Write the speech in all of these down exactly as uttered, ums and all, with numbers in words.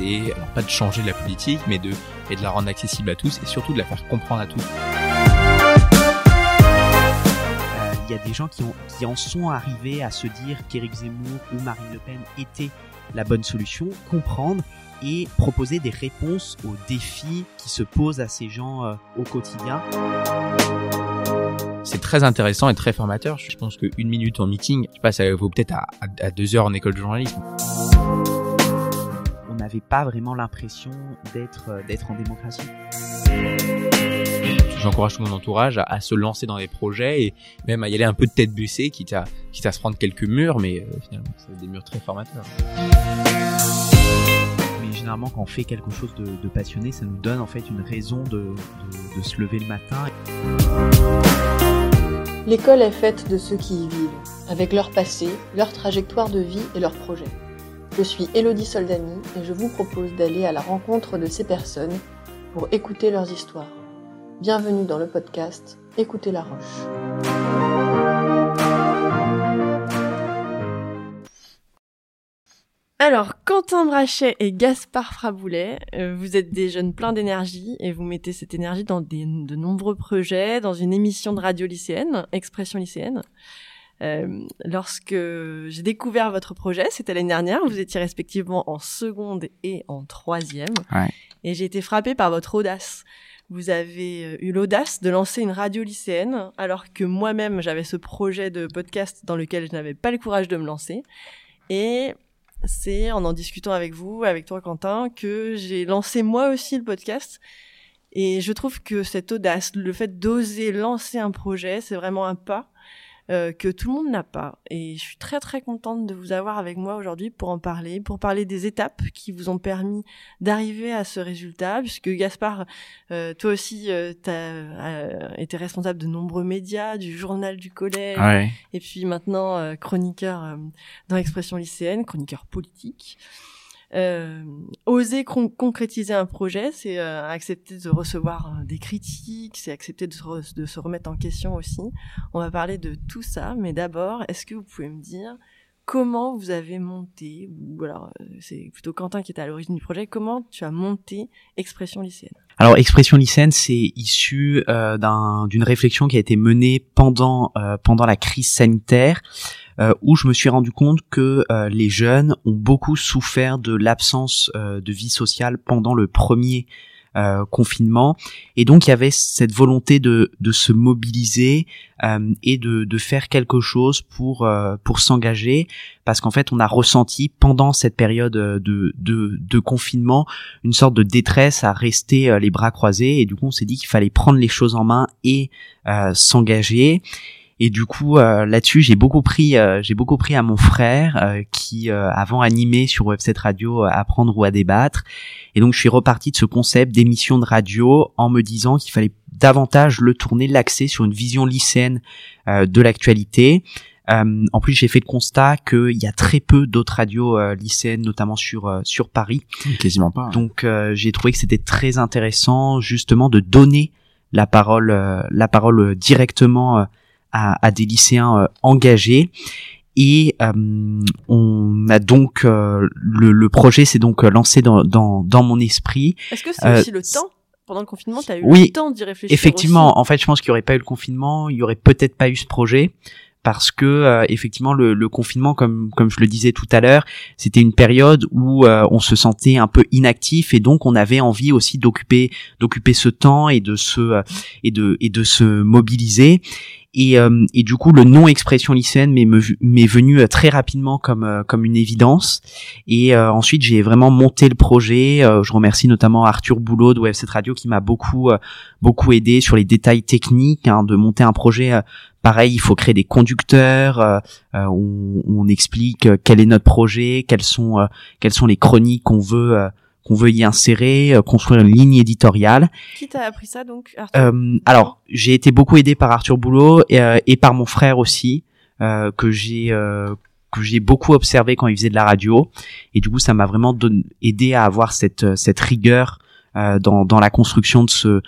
c'est alors pas de changer la politique, mais de, et de la rendre accessible à tous et surtout de la faire comprendre à tous. Il y a des gens qui, ont, qui en sont arrivés à se dire qu'Éric Zemmour ou Marine Le Pen étaient la bonne solution, comprendre et proposer des réponses aux défis qui se posent à ces gens euh, au quotidien. C'est très intéressant et très formateur. Je pense qu'une minute en meeting, je sais pas, ça vaut peut-être à, à, à deux heures en école de journalisme. On n'avait pas vraiment l'impression d'être, euh, d'être en démocratie. J'encourage tout mon entourage à, à se lancer dans des projets et même à y aller un peu de tête baissée, quitte à, quitte à se prendre quelques murs, mais euh, finalement, c'est des murs très formateurs. Mais généralement, quand on fait quelque chose de, de passionné, ça nous donne en fait une raison de, de, de se lever le matin. L'école est faite de ceux qui y vivent, avec leur passé, leur trajectoire de vie et leurs projets. Je suis Élodie Soldani et je vous propose d'aller à la rencontre de ces personnes pour écouter leurs histoires. Bienvenue dans le podcast Écoutez la Roche. Alors, Quentin Brachet et Gaspard Fraboulet, euh, vous êtes des jeunes pleins d'énergie et vous mettez cette énergie dans des, de nombreux projets, dans une émission de radio lycéenne, Expression lycéenne. Euh, lorsque j'ai découvert votre projet, c'était l'année dernière, vous étiez respectivement en seconde et en troisième. Ouais. Et j'ai été frappée par votre audace. Vous avez eu l'audace de lancer une radio lycéenne, alors que moi-même, j'avais ce projet de podcast dans lequel je n'avais pas le courage de me lancer. Et c'est en en discutant avec vous, avec toi Quentin, que j'ai lancé moi aussi le podcast. Et je trouve que cette audace, le fait d'oser lancer un projet, c'est vraiment un pas euh, que tout le monde n'a pas. Et je suis très très contente de vous avoir avec moi aujourd'hui pour en parler, pour parler des étapes qui vous ont permis d'arriver à ce résultat, puisque Gaspard, euh, toi aussi, euh, t'as euh, été responsable de nombreux médias, du journal du collège, Ouais. et puis maintenant euh, chroniqueur euh, dans Expression lycéenne, chroniqueur politique. Euh, oser con- concrétiser un projet, c'est euh, accepter de recevoir euh, des critiques, c'est accepter de se, re- de se remettre en question aussi. On va parler de tout ça, mais d'abord, est-ce que vous pouvez me dire comment vous avez monté, ou alors euh, c'est plutôt Quentin qui était à l'origine du projet, comment tu as monté Expression lycéenne? Alors, Expression lycéenne, c'est issu euh, d'un, d'une réflexion qui a été menée pendant euh, pendant la crise sanitaire, euh, où je me suis rendu compte que euh, les jeunes ont beaucoup souffert de l'absence euh, de vie sociale pendant le premier euh, confinement, et donc il y avait cette volonté de de se mobiliser euh, et de de faire quelque chose pour euh, pour s'engager, parce qu'en fait on a ressenti pendant cette période de de de confinement une sorte de détresse à rester euh, les bras croisés, et du coup on s'est dit qu'il fallait prendre les choses en main et euh, s'engager. Et du coup euh, là-dessus j'ai beaucoup pris euh, j'ai beaucoup pris à mon frère euh, qui euh, avant animait sur Web sept Radio euh, Apprendre ou à débattre, et donc je suis reparti de ce concept d'émission de radio en me disant qu'il fallait davantage le tourner, l'axer sur une vision lycéenne euh, de l'actualité. Euh, en plus, j'ai fait le constat qu'il y a très peu d'autres radios euh, lycéennes, notamment sur euh, sur Paris. Quasiment pas. Ouais. Donc, euh, j'ai trouvé que c'était très intéressant, justement, de donner la parole, euh, la parole euh, directement euh, à, à des lycéens euh, engagés. Et euh, on a donc euh, le, le projet s'est donc lancé dans dans, dans mon esprit. Est-ce que c'est Euh, aussi le temps? Pendant le confinement, tu as eu oui, le temps d'y réfléchir effectivement, aussi. en fait, je pense qu'il y aurait pas eu le confinement, il y aurait peut-être pas eu ce projet, parce que euh, effectivement le, le confinement, comme comme je le disais tout à l'heure, c'était une période où euh, on se sentait un peu inactif, et donc on avait envie aussi d'occuper d'occuper ce temps et de se euh, et de et de se mobiliser. Et, euh, et du coup, le nom Expression lycéenne m'est, m'est venu euh, très rapidement comme euh, comme une évidence. Et euh, ensuite, j'ai vraiment monté le projet. Euh, je remercie notamment Arthur Boulot de Web sept Radio qui m'a beaucoup euh, beaucoup aidé sur les détails techniques, hein, de monter un projet. Euh, pareil, il faut créer des conducteurs. Euh, euh, où, où on explique euh, quel est notre projet, quelles sont euh, quelles sont les chroniques qu'on veut. Euh, qu'on veut y insérer, euh, construire une ligne éditoriale. Qui t'a appris ça donc, Arthur? euh, Alors, j'ai été beaucoup aidé par Arthur Boulot et, euh, et par mon frère aussi, euh, que j'ai euh, que j'ai beaucoup observé quand il faisait de la radio, et du coup ça m'a vraiment donné, aidé à avoir cette cette rigueur euh, dans dans la construction de ce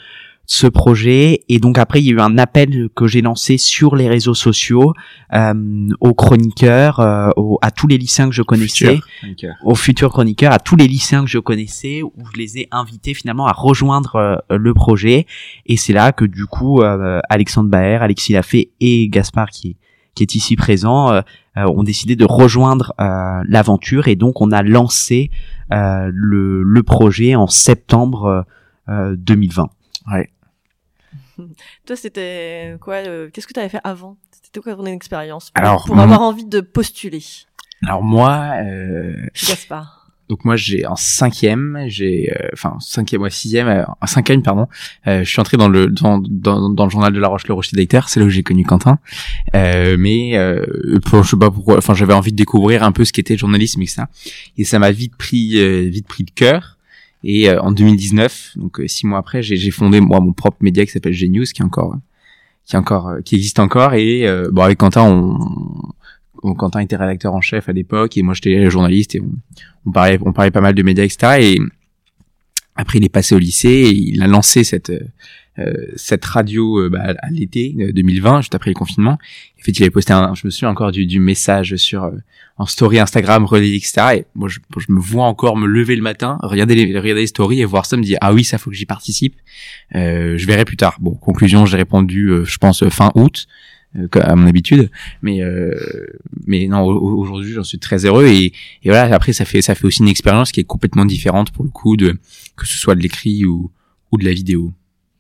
ce projet. Et donc après, il y a eu un appel que j'ai lancé sur les réseaux sociaux euh, aux chroniqueurs, euh, aux, à tous les lycéens que je connaissais, Futur aux futurs chroniqueurs, à tous les lycéens que je connaissais, où je les ai invités finalement à rejoindre euh, le projet. Et c'est là que du coup, euh, Alexandre Baer, Alexis Lafay et Gaspard, qui est, qui est ici présent, euh, euh, ont décidé de rejoindre euh, l'aventure. Et donc, on a lancé euh, le, le projet en septembre euh, deux mille vingt. Ouais. Toi, c'était quoi euh, Qu'est-ce que tu avais fait avant? C'était quoi ton expérience pour, Alors, pour mon- avoir envie de postuler? Alors moi, euh, Gaspard. donc moi j'ai en cinquième, j'ai euh, enfin cinquième ouais sixième, euh, en cinquième pardon, euh, je suis entré dans le dans dans dans le journal de La Roche-le-Rocher-Decter, c'est là où j'ai connu Quentin. Euh, mais euh, pour, je sais pas pourquoi, enfin j'avais envie de découvrir un peu ce qu'était le journalisme et ça, et ça m'a vite pris euh, vite pris de cœur. Et euh, en deux mille dix-neuf, donc euh, six mois après, j'ai j'ai fondé moi mon propre média qui s'appelle Genius, qui est encore qui est encore euh, qui existe encore. Et euh, bon avec Quentin on Donc, Quentin était rédacteur en chef à l'époque et moi j'étais journaliste et on, on parlait on parlait pas mal de médias, et cetera. Et après il est passé au lycée et il a lancé cette euh, cette radio euh, bah, à l'été deux mille vingt, juste après le confinement. En fait il avait posté un, je me souviens encore du, du message sur euh, en story Instagram relayé, et cetera. Et moi je, je me vois encore me lever le matin, regarder les regarder les stories et voir ça, me dire ah oui ça faut que j'y participe. Euh, je verrai plus tard. Bon, conclusion, j'ai répondu euh, je pense fin août, à mon habitude, mais euh, mais non, aujourd'hui j'en suis très heureux. Et, et voilà, après ça fait ça fait aussi une expérience qui est complètement différente pour le coup, de que ce soit de l'écrit ou ou de la vidéo.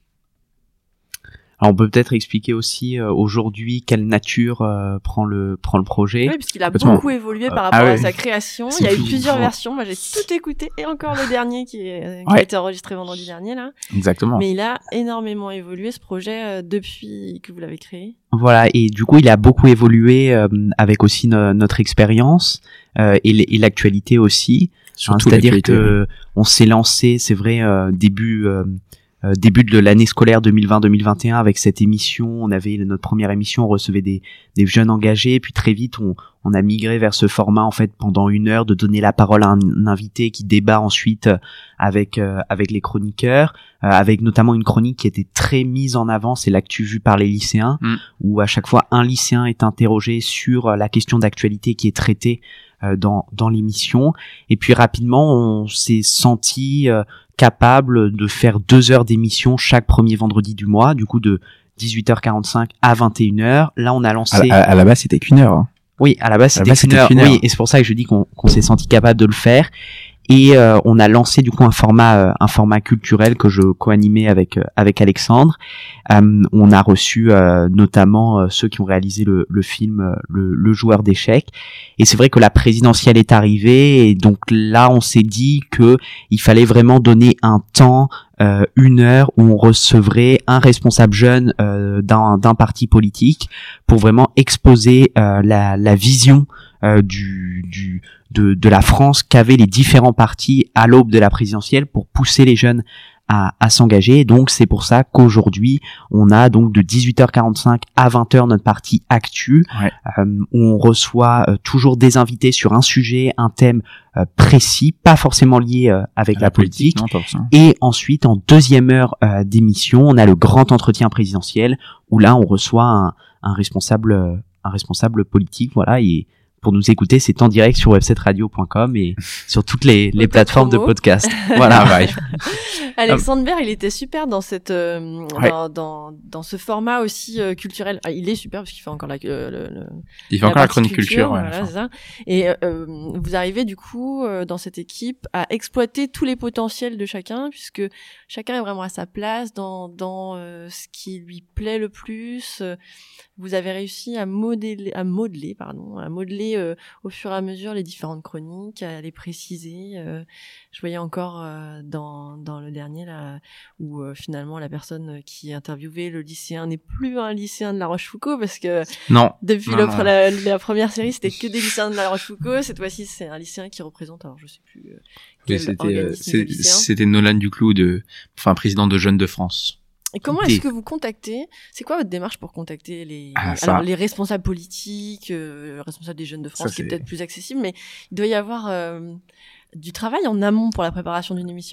Alors on peut peut-être expliquer aussi euh, aujourd'hui quelle nature euh, prend le prend le projet. Oui, parce qu'il a Complètement. beaucoup évolué par Ah rapport ouais. à sa création. C'est Il y a eu fou. plusieurs Ouais. versions. Moi, j'ai tout écouté et encore le dernier qui, est, qui Ouais. a été enregistré vendredi dernier là. Exactement. Mais il a énormément évolué ce projet euh, depuis que vous l'avez créé. Voilà, et du coup il a beaucoup évolué euh, avec aussi no- notre expérience euh, et l- et l'actualité aussi. Hein, Surtout c'est-à-dire l'actualité. que on s'est lancé, c'est vrai, euh, début euh, euh, début de l'année scolaire deux mille vingt deux mille vingt et un avec cette émission. On avait notre première émission, on recevait des des jeunes engagés, et puis très vite on on a migré vers ce format en fait pendant une heure, de donner la parole à un, un invité qui débat ensuite euh, avec euh, avec les chroniqueurs, euh, avec notamment une chronique qui était très mise en avant, c'est l'actu vue par les lycéens, Mm. où à chaque fois un lycéen est interrogé sur euh, la question d'actualité qui est traitée euh, dans dans l'émission. Et puis rapidement on s'est senti euh, capable de faire deux heures d'émission chaque premier vendredi du mois, du coup de dix-huit heures quarante-cinq à vingt et une heures. Là on a lancé... À, à, à la base c'était qu'une heure. Hein. Oui, à la base À la c'était base, qu'une c'était heure. qu'une heure. Oui, et c'est pour ça que je dis qu'on qu'on s'est senti capable de le faire. Et euh, on a lancé du coup un format euh, un format culturel que je co-animais avec euh, avec Alexandre. Euh, on a reçu euh, notamment euh, ceux qui ont réalisé le, le film euh, le, le joueur d'échecs. Et c'est vrai que la présidentielle est arrivée, et donc là on s'est dit que il fallait vraiment donner un temps, euh, une heure où on recevrait un responsable jeune euh, d'un d'un parti politique pour vraiment exposer euh, la la vision euh, du du de de la France qu'avaient les différents partis à l'aube de la présidentielle pour pousser les jeunes à, à s'engager. Et donc c'est pour ça qu'aujourd'hui on a donc de dix-huit heures quarante-cinq à vingt heures notre partie actu, Ouais. euh, où on reçoit euh, toujours des invités sur un sujet, un thème euh, précis, pas forcément lié euh, avec À la politique. non, pas forcément. Et ensuite, en deuxième heure euh, d'émission, on a le grand entretien présidentiel, où là, on reçoit un, un responsable, euh, un responsable politique, voilà. Et pour nous écouter, c'est en direct sur webset radio point com et sur toutes les, les plateformes de Autopromo. podcast. Voilà. Ah, ouais. Alexandre Baer, il était super dans cette euh, Ouais. dans, dans dans ce format aussi euh, culturel. Ah, il est super parce qu'il fait encore la euh, le, le- Il fait encore la partie chronique culture. ouais, à la voilà, fin. c'est ça. Et euh, vous arrivez du coup euh, dans cette équipe à exploiter tous les potentiels de chacun, puisque chacun est vraiment à sa place dans dans euh, ce qui lui plaît le plus. Euh, Vous avez réussi à modeler, à modeler, pardon, à modeler euh, au fur et à mesure les différentes chroniques, à les préciser. Euh, je voyais encore euh, dans dans le dernier là où euh, finalement la personne qui interviewait le lycéen n'est plus un lycéen de La Rochefoucauld, parce que Non. depuis Non, le- non. La, la première série c'était que des lycéens de La Rochefoucauld. Cette fois-ci c'est un lycéen qui représente, alors je sais plus euh, quel Oui, c'était euh, organisme de c'est- lycéen. c'était Nolan Duclos, de enfin président de Jeunes de France. Et comment Des- est-ce que vous contactez? C'est quoi votre démarche pour contacter les, Ah, ça. alors les responsables politiques, euh, responsables des Jeunes de France, Ça, qui est c'est- peut-être plus accessible, mais il doit y avoir euh, du travail en amont pour la préparation d'une émission.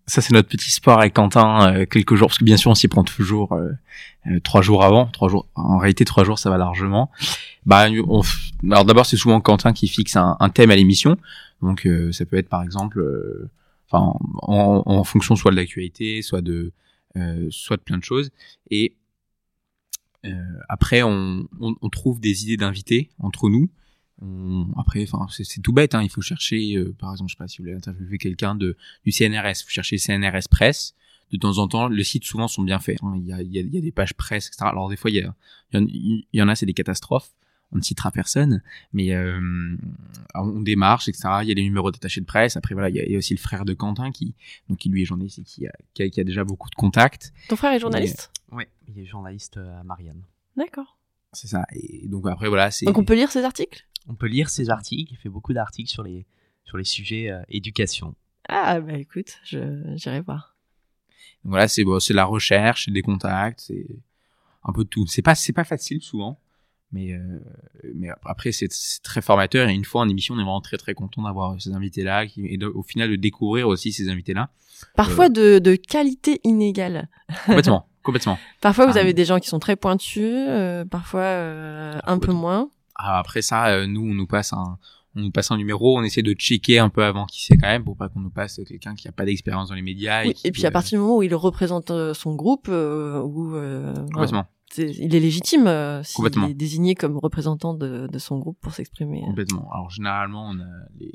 ça c'est notre petit sport avec Quentin, euh, quelques jours, parce que bien sûr on s'y prend toujours euh, euh, trois jours avant, trois jours. En réalité trois jours ça va largement. Bah, on, alors d'abord c'est souvent Quentin qui fixe un, un thème à l'émission, donc euh, ça peut être par exemple, euh, enfin en, en fonction soit de l'actualité, soit de, euh, soit de plein de choses. Et euh, après on, on, on trouve des idées d'invités entre nous. On, après, enfin, c'est, c'est tout bête, hein. Il faut chercher, euh, par exemple, je sais pas si vous voulez interviewer quelqu'un de du C N R S, vous cherchez C N R S Presse. De temps en temps, les sites souvent sont bien faits, hein. Il y a, il y a, il y a des pages presse, et cetera. Alors des fois, il y a, il y en, il y en a, c'est des catastrophes. On ne citera personne, mais euh, on démarche, et cetera. Il y a des numéros d'attachés de presse. Après, voilà, il y a, il y a aussi le frère de Quentin qui, donc, qui lui est journaliste et qui a, qui a, qui a déjà beaucoup de contacts. Ton frère est journaliste ? Oui, il est journaliste à Marianne. D'accord. C'est ça. Et donc après, voilà, c'est. Donc on peut lire ses articles ? On peut lire ses articles. Il fait beaucoup d'articles sur les sur les sujets euh, éducation. Ah bah écoute, je, j'irai voir. Donc voilà, c'est bon, c'est de la recherche, c'est des contacts, c'est un peu de tout. C'est pas c'est pas facile souvent, mais euh, mais après c'est, c'est très formateur. Et une fois en émission, on est vraiment très très content d'avoir ces invités là, qui, et de, au final de découvrir aussi ces invités là. Parfois euh, de de qualité inégale. Complètement, complètement. Parfois vous Ah, avez des gens qui sont très pointus, euh, parfois euh, un peu moins. Ah, après ça, euh, nous on nous passe un on nous passe un numéro, on essaie de checker un peu avant qui c'est quand même, pour pas qu'on nous passe quelqu'un qui a pas d'expérience dans les médias. Oui, et, qui, et puis à partir du moment où il représente euh, son groupe, euh, où euh, complètement. c'est, il est légitime euh, s'il Complètement. est désigné comme représentant de, de son groupe pour s'exprimer. Complètement. Alors généralement, on a les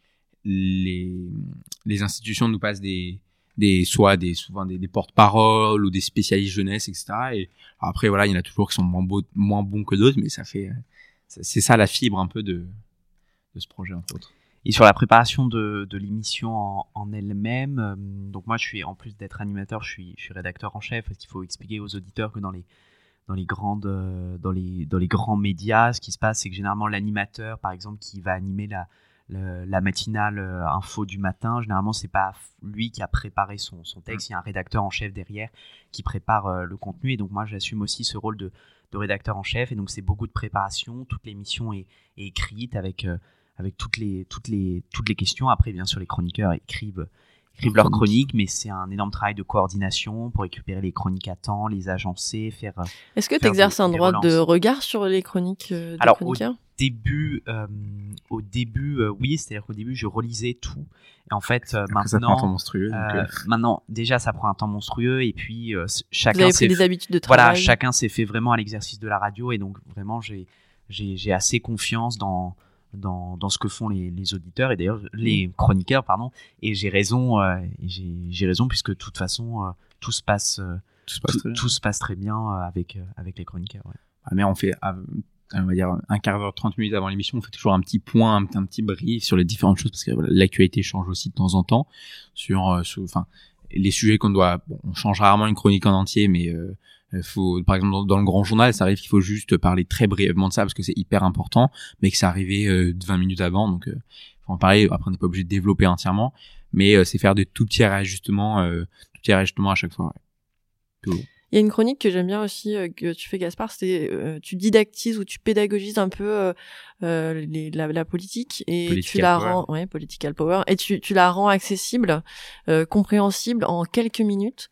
les les institutions nous passent des des soit des souvent des, des porte-paroles ou des spécialistes jeunesse, et cetera. Et après voilà, il y en a toujours qui sont moins beaux, moins bons que d'autres, mais ça fait c'est ça la fibre un peu de de ce projet entre autres. Et sur la préparation de, de l'émission en, en elle-même, euh, donc moi je suis, en plus d'être animateur, je suis, je suis rédacteur en chef, parce qu'il faut expliquer aux auditeurs que dans les, dans les grandes, euh, dans les, dans les grands médias, ce qui se passe, c'est que généralement l'animateur, par exemple, qui va animer la, la, la matinale euh, info du matin, généralement c'est pas lui qui a préparé son, son texte, il y a un rédacteur en chef derrière qui prépare euh, le contenu, et donc moi j'assume aussi ce rôle de, de rédacteur en chef, et donc c'est beaucoup de préparation, toute l'émission est, est écrite avec... Euh, avec toutes les toutes les toutes les questions. Après bien sûr les chroniqueurs écrivent écrivent leurs chroniques, mais c'est un énorme travail de coordination pour récupérer les chroniques à temps, les agencer, faire. Est-ce que tu exerces un droit de regard sur les chroniques euh, des Alors, chroniqueurs ? au début euh, au début euh, oui, c'est-à-dire qu'au début je relisais tout, et en fait euh, maintenant ça prend un temps monstrueux, donc, euh, euh... maintenant déjà ça prend un temps monstrueux, et puis euh, chacun Vous avez s'est pris des fait... habitudes de travail. Voilà, chacun s'est fait vraiment à l'exercice de la radio, et donc vraiment j'ai j'ai j'ai assez confiance dans Dans, dans ce que font les, les auditeurs, et d'ailleurs les chroniqueurs, pardon, et j'ai raison, euh, et j'ai, j'ai raison puisque de toute façon euh, tout se passe, euh, tout, se passe tout, tout se passe très bien euh, avec, euh, avec les chroniqueurs. Ouais. Ah, mais on fait, euh, on va dire un quart d'heure, trente minutes avant l'émission, on fait toujours un petit point, un, un petit brief sur les différentes choses, parce que voilà, l'actualité change aussi de temps en temps, sur, euh, sur, enfin, les sujets qu'on doit, bon, on change rarement une chronique en entier, mais euh, faut, par exemple, dans, dans le grand journal, ça arrive qu'il faut juste parler très brièvement de ça parce que c'est hyper important, mais que ça arrivait euh, vingt minutes avant, donc euh, faut en parler. Après, on n'est pas obligé de développer entièrement, mais euh, c'est faire de tout petits réajustements, euh, tout petits réajustements à chaque fois. Ouais. Tout. Il y a une chronique que j'aime bien aussi euh, que tu fais, Gaspard, c'est euh, tu didactises ou tu pédagogises un peu euh, euh, les, la, la politique, et Political tu la power. rends, ouais, political power, et tu, tu la rends accessible, euh, compréhensible en quelques minutes.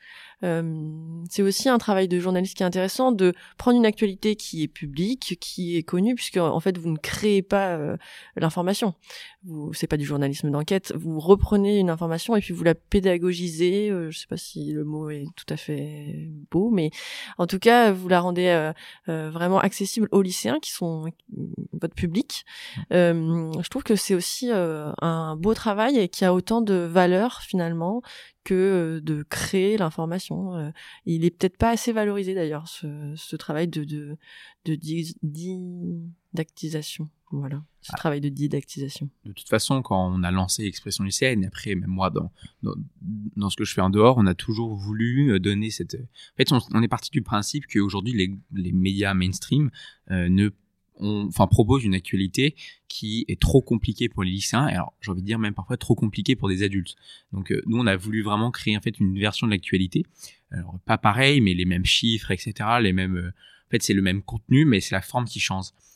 Euh, c'est aussi un travail de journaliste qui est intéressant, de prendre une actualité qui est publique, qui est connue, puisque en fait vous ne créez pas euh, l'information. Vous, c'est pas du journalisme d'enquête. Vous reprenez une information et puis vous la pédagogisez. Euh, je sais pas si le mot est tout à fait beau, mais en tout cas vous la rendez euh, euh, vraiment accessible aux lycéens qui sont votre public. Euh, je trouve que c'est aussi euh, un beau travail et qui a autant de valeur finalement que de créer l'information. Euh, il est peut-être pas assez valorisé d'ailleurs, ce, ce travail de, de, de di- didactisation. Voilà, ce ah. travail de didactisation. De toute façon, quand on a lancé Expression lycéenne, et après, même moi, dans, dans, dans ce que je fais en dehors, on a toujours voulu donner cette... En fait, on, on est parti du principe qu'aujourd'hui, les, les médias mainstream euh, ne on, enfin, propose une actualité qui est trop compliquée pour les lycéens, et alors j'ai envie de dire même parfois trop compliquée pour des adultes. Donc euh, nous on a voulu vraiment créer en fait une version de l'actualité, alors pas pareil, mais les mêmes chiffres, et cetera. Les mêmes, euh, en fait c'est le même contenu, mais c'est la forme qui change.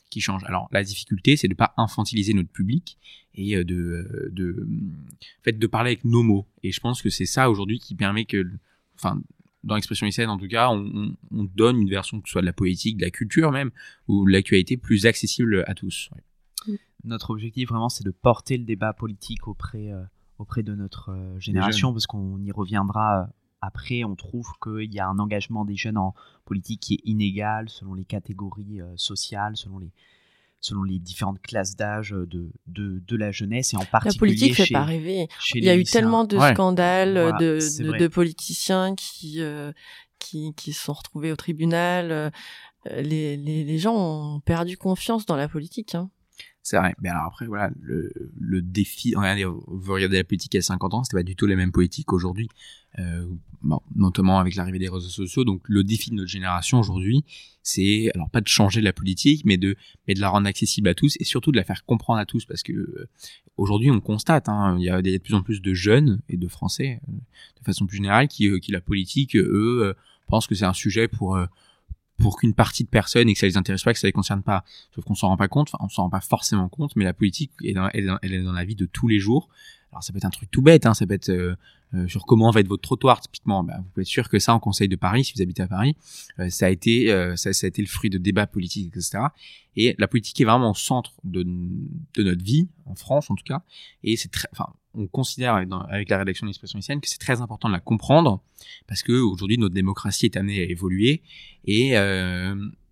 qui change. Alors la difficulté, c'est de pas infantiliser notre public et de de en fait de parler avec nos mots. Et je pense que c'est ça aujourd'hui qui permet que, enfin, dans l'expression lycéenne en tout cas, on, on, on donne une version que ce soit de la poétique, de la culture même, ou de l'actualité plus accessible à tous. Ouais. Notre objectif vraiment, c'est de porter le débat politique auprès euh, auprès de notre euh, génération, parce qu'on y reviendra. Euh, Après, on trouve qu'il y a un engagement des jeunes en politique qui est inégal selon les catégories euh, sociales, selon les, selon les différentes classes d'âge de, de, de la jeunesse, et en particulier la politique chez, fait pas rêver. Chez Il y a eu lycéens. tellement de ouais. scandales Voilà, de, de, de politiciens qui, euh, qui, qui se sont retrouvés au tribunal. Euh, les, les, les gens ont perdu confiance dans la politique, hein. C'est vrai. Mais alors après, voilà, le, le défi, regardez, vous regardez la politique il y a cinquante ans, c'était pas du tout les mêmes politiques qu'aujourd'hui, euh, bon, notamment avec l'arrivée des réseaux sociaux. Donc, le défi de notre génération aujourd'hui, c'est, alors pas de changer la politique, mais de, mais de la rendre accessible à tous et surtout de la faire comprendre à tous, parce que euh, aujourd'hui, on constate, hein, il y a de plus en plus de jeunes et de Français, euh, de façon plus générale, qui, euh, qui la politique, eux, euh, pensent que c'est un sujet pour euh, pour qu'une partie de personnes et que ça les intéresse pas, que ça les concerne pas. Sauf qu'on s'en rend pas compte, enfin, on s'en rend pas forcément compte, mais la politique est dans, elle, est dans, elle est dans la vie de tous les jours. Alors ça peut être un truc tout bête, hein, ça peut être euh, euh, sur comment va être votre trottoir typiquement. Bah, vous pouvez être sûr que ça, en Conseil de Paris, si vous habitez à Paris, euh, ça a été, euh, ça, ça a été le fruit de débats politiques, et cetera. Et la politique est vraiment au centre de, de notre vie en France, en tout cas. Et c'est très, enfin, on considère dans, avec la rédaction de l'expression lycéenne que c'est très important de la comprendre parce que aujourd'hui notre démocratie est amenée à évoluer et euh,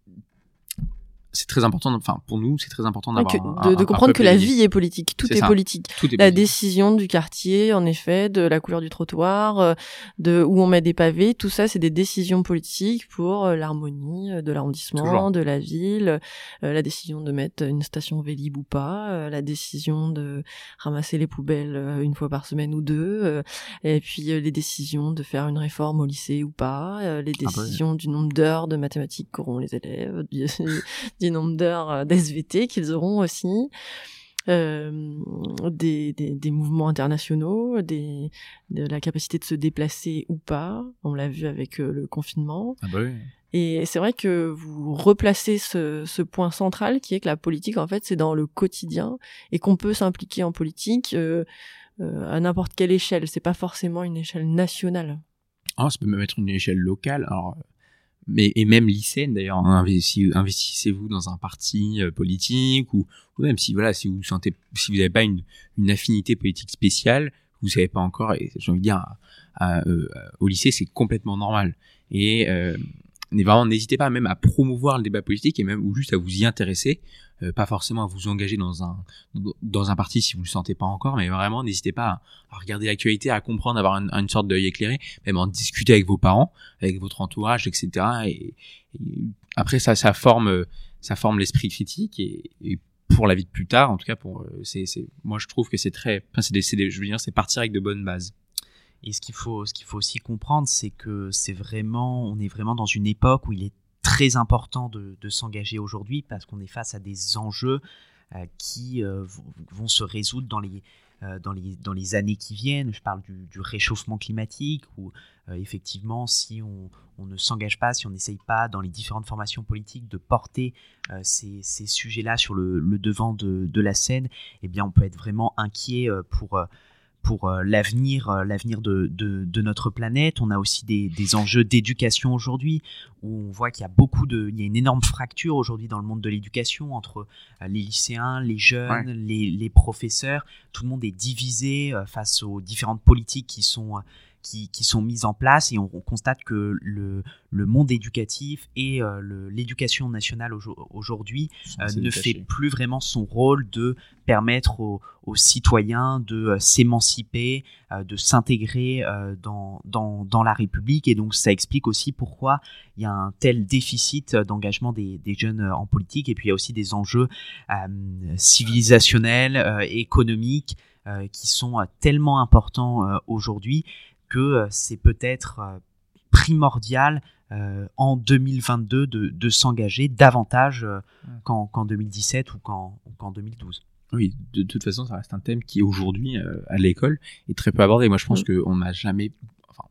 c'est très important, enfin pour nous c'est très important d'avoir que, un, de, un, de comprendre un que la vie est politique, tout c'est est, ça. politique. Tout est La politique. décision du quartier, en effet, de la couleur du trottoir, euh, de où on met des pavés, tout ça c'est des décisions politiques pour euh, l'harmonie euh, de l'arrondissement, Toujours. de la ville, euh, la décision de mettre une station Vélib ou pas, euh, la décision de ramasser les poubelles euh, une fois par semaine ou deux, euh, et puis euh, les décisions de faire une réforme au lycée ou pas, euh, les décisions ah bah oui. du nombre d'heures de mathématiques qu'auront les élèves, du, du nombre d'heures d'S V T qu'ils auront aussi, euh, des, des, des mouvements internationaux, des, de la capacité de se déplacer ou pas. On l'a vu avec euh, le confinement. Ah bah oui. Et c'est vrai que vous replacez ce, ce point central qui est que la politique, en fait, c'est dans le quotidien et qu'on peut s'impliquer en politique euh, euh, à n'importe quelle échelle. C'est pas forcément une échelle nationale. Ah, ça peut même être une échelle locale. Alors, mais et même lycéenne d'ailleurs, investi, investissez-vous dans un parti euh, politique ou, ou même si voilà, si vous sentez, si vous n'avez pas une, une affinité politique spéciale, vous savez pas encore, et j'ai envie de dire à, à, euh, au lycée c'est complètement normal. Et euh, vraiment n'hésitez pas même à promouvoir le débat politique et même ou juste à vous y intéresser, euh, pas forcément à vous engager dans un dans un parti si vous le sentez pas encore, mais vraiment n'hésitez pas à, à regarder l'actualité, à comprendre, à avoir une, une sorte d'œil éclairé, même en discuter avec vos parents, avec votre entourage, et cetera. Et, et après ça ça forme ça forme l'esprit critique et, et pour la vie de plus tard, en tout cas pour c'est c'est moi je trouve que c'est très enfin c'est des, c'est des, je veux dire c'est partir avec de bonnes bases. Et ce qu'il faut, ce qu'il faut aussi comprendre, c'est que c'est vraiment, on est vraiment dans une époque où il est très important de, de s'engager aujourd'hui parce qu'on est face à des enjeux euh, qui euh, vont se résoudre dans les, euh, dans les, dans les années qui viennent. Je parle du, du réchauffement climatique où euh, effectivement, si on, on ne s'engage pas, si on n'essaye pas dans les différentes formations politiques de porter euh, ces, ces sujets-là sur le, le devant de, de la scène, eh bien, on peut être vraiment inquiet euh, pour euh, pour euh, l'avenir, euh, l'avenir de, de, de notre planète. On a aussi des, des enjeux d'éducation aujourd'hui, où on voit qu'il y a beaucoup de, il y a une énorme fracture aujourd'hui dans le monde de l'éducation entre euh, les lycéens, les jeunes, ouais. les, les professeurs. Tout le monde est divisé euh, face aux différentes politiques qui sont euh, Qui, qui sont mises en place et on, on constate que le, le monde éducatif et euh, le, l'éducation nationale au, aujourd'hui euh, ne fait plus vraiment son rôle de permettre aux, aux citoyens de euh, s'émanciper, euh, de s'intégrer euh, dans, dans, dans la République, et donc ça explique aussi pourquoi il y a un tel déficit d'engagement des, des jeunes en politique. Et puis il y a aussi des enjeux euh, civilisationnels, euh, économiques euh, qui sont euh, tellement importants euh, aujourd'hui que euh, c'est peut-être euh, primordial euh, en deux mille vingt-deux de, de s'engager davantage euh, qu'en, qu'en deux mille dix-sept ou qu'en, ou qu'en deux mille douze. Oui, de, de toute façon, ça reste un thème qui aujourd'hui euh, à l'école est très peu abordé. Moi, je pense mmh. qu'on n'a jamais, enfin,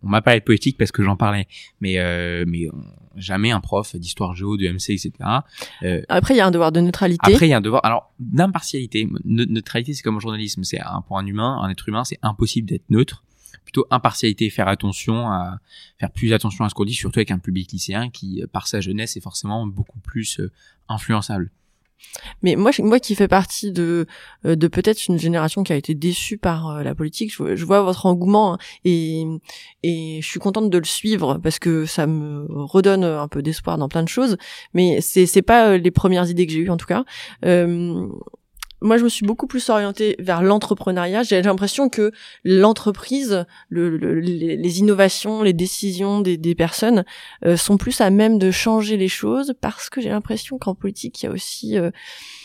on m'a parlé de politique parce que j'en parlais, mais euh, mais on, jamais un prof d'histoire géo, de M C, et cetera. Euh, après, il y a un devoir de neutralité. Après, il y a un devoir, alors d'impartialité. Ne- neutralité, c'est comme au journalisme, c'est un, pour un humain, un être humain, c'est impossible d'être neutre. Plutôt impartialité, faire attention à faire plus attention à ce qu'on dit, surtout avec un public lycéen qui, par sa jeunesse, est forcément beaucoup plus euh, influençable. Mais moi, moi qui fais partie de de peut-être une génération qui a été déçue par euh, la politique, je, je vois votre engouement hein, et et je suis contente de le suivre parce que ça me redonne un peu d'espoir dans plein de choses. Mais c'est c'est pas les premières idées que j'ai eues en tout cas. Euh, Moi, je me suis beaucoup plus orientée vers l'entrepreneuriat. J'ai l'impression que l'entreprise, le, le, les, les innovations, les décisions des, des personnes euh, sont plus à même de changer les choses parce que j'ai l'impression qu'en politique, il y a aussi euh,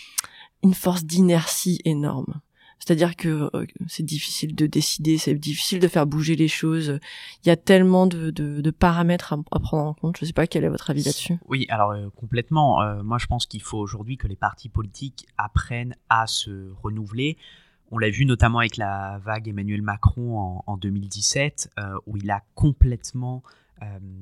une force d'inertie énorme. C'est-à-dire que euh, c'est difficile de décider, c'est difficile de faire bouger les choses. Il y a tellement de, de, de paramètres à, à prendre en compte. Je ne sais pas quel est votre avis là-dessus. Oui, alors euh, complètement. Euh, moi, je pense qu'il faut aujourd'hui que les partis politiques apprennent à se renouveler. On l'a vu notamment avec la vague Emmanuel Macron en, en deux mille dix-sept, euh, où il a complètement euh,